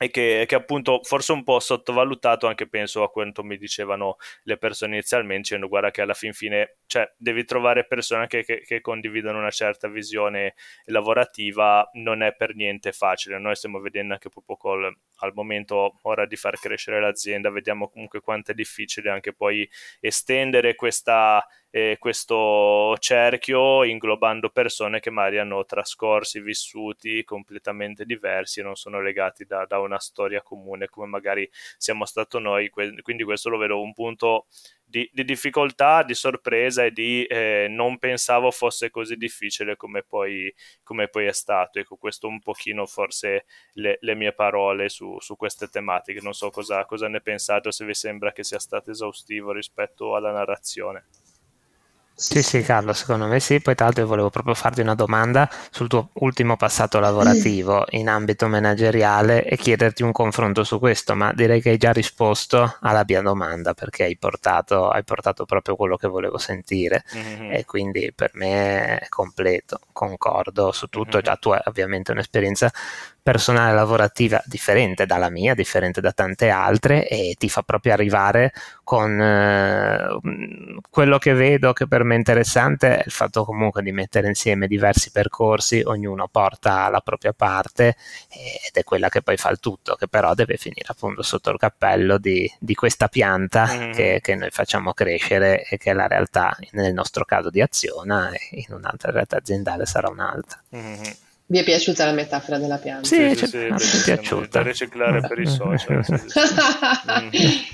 e che, che appunto forse un po' sottovalutato, anche penso a quanto mi dicevano le persone inizialmente, dicendo guarda che alla fin fine, cioè, devi trovare persone che, che, che condividono una certa visione lavorativa, non è per niente facile. Noi stiamo vedendo anche proprio col, al momento ora di far crescere l'azienda, vediamo comunque quanto è difficile anche poi estendere questa eh, questo cerchio inglobando persone che magari hanno trascorsi, vissuti completamente diversi e non sono legati da, da una storia comune come magari siamo stato noi, quindi questo lo vedo un punto di, di difficoltà, di sorpresa e di eh, non pensavo fosse così difficile come poi, come poi è stato. Ecco, questo un pochino forse le, le mie parole su, su queste tematiche. Non so cosa, cosa ne pensate, o se vi sembra che sia stato esaustivo rispetto alla narrazione.
Sì, sì, Carlo, secondo me sì. Poi tra l'altro io volevo proprio farti una domanda sul tuo ultimo passato lavorativo in ambito manageriale e chiederti un confronto su questo, ma direi che hai già risposto alla mia domanda, perché hai portato, hai portato proprio quello che volevo sentire, mm-hmm. e quindi per me è completo, concordo su tutto. Mm-hmm. Già tu hai ovviamente un'esperienza personale lavorativa differente dalla mia, differente da tante altre, e ti fa proprio arrivare con eh, quello che vedo che per me è interessante è il fatto comunque di mettere insieme diversi percorsi, ognuno porta la propria parte ed è quella che poi fa il tutto, che però deve finire appunto sotto il cappello di, di questa pianta mm-hmm. che, che noi facciamo crescere e che è la realtà nel nostro caso di Aziona, e in un'altra realtà aziendale sarà un'altra.
Mm-hmm.
Vi è piaciuta la metafora della pianta?
Sì, sì, sì, mi è piaciuta.
Da riciclare per i social. Sì, sì, sì. Mm.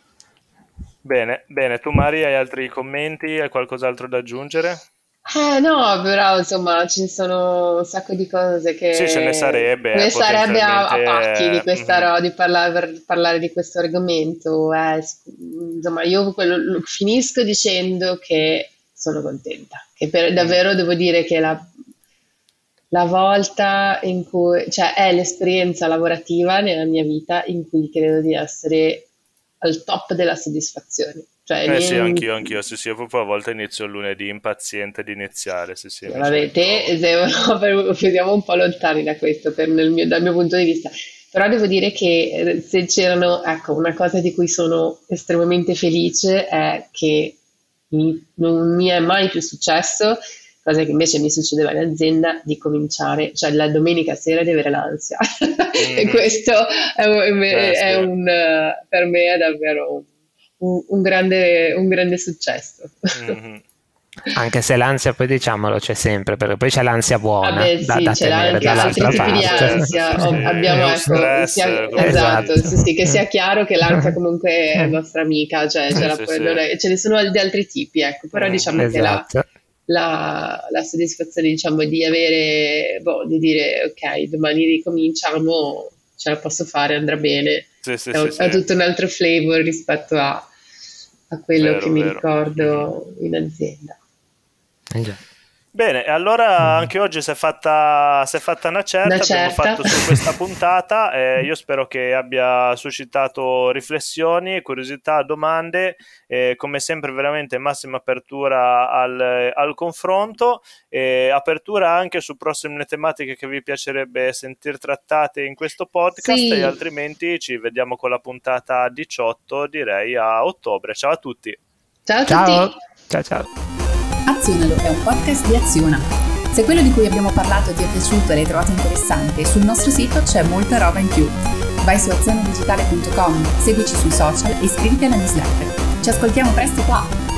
Bene, bene. Tu Mari hai altri commenti? Hai qualcos'altro da aggiungere?
Eh no, però insomma ci sono un sacco di cose che
sì, ce ne sarebbe.
ne sarebbe a, a pacchi di questa
mm-hmm.
roba, di parlare, per parlare di questo argomento. Eh, insomma, io quello, lo, finisco dicendo che sono contenta, che per, davvero devo dire che la La volta in cui, cioè è l'esperienza lavorativa nella mia vita in cui credo di essere al top della soffisfazione. Cioè,
eh
mie...
sì, anch'io, anch'io, sì, sì, io proprio a volte inizio il lunedì impaziente di iniziare, sì, sì.
Vabbè, te no, siamo un po' lontani da questo per, nel mio, dal mio punto di vista, però devo dire che se c'erano, ecco, una cosa di cui sono estremamente felice è che mi, non mi è mai più successo, cosa che invece mi succedeva in azienda, di cominciare, cioè la domenica sera di avere l'ansia. Mm-hmm. E questo è, un, è un, per me è davvero un, un, grande, un grande successo.
Mm-hmm. Anche se l'ansia, poi diciamolo, c'è sempre, perché poi c'è l'ansia buona.
Vabbè, sì,
da, da
c'è anche altri tipi parte. Di ansia. Sì, abbiamo ecco, stress, sia, esatto, sì, sì, che sia chiaro che l'ansia comunque è nostra amica, cioè sì, ce, sì, sì. È, ce ne sono di altri tipi, ecco, però mm, diciamo esatto. che la La, la soddisfazione, diciamo, di avere, boh, di dire ok, domani ricominciamo, ce la posso fare, andrà bene, sì, sì, è, sì, è sì. tutto un altro flavor rispetto a, a quello vero, che mi vero. ricordo mm-hmm. in azienda.
Eh già.
Bene, allora anche oggi si è fatta, si è fatta una certa,
una certa.
Abbiamo fatto su questa puntata, eh, io spero che abbia suscitato riflessioni, curiosità, domande, eh, come sempre veramente massima apertura al, al confronto, eh, apertura anche su prossime tematiche che vi piacerebbe sentir trattate in questo podcast, sì. E altrimenti ci vediamo con la puntata diciotto, direi a ottobre. Ciao a tutti!
Ciao a
ciao.
tutti!
Ciao ciao!
Azionalo è un podcast di Aziona. Se quello di cui abbiamo parlato ti è piaciuto e l'hai trovato interessante, sul nostro sito c'è molta roba in più. Vai su azionadigitale punto com, seguici sui social e iscriviti alla newsletter. Ci ascoltiamo presto qua!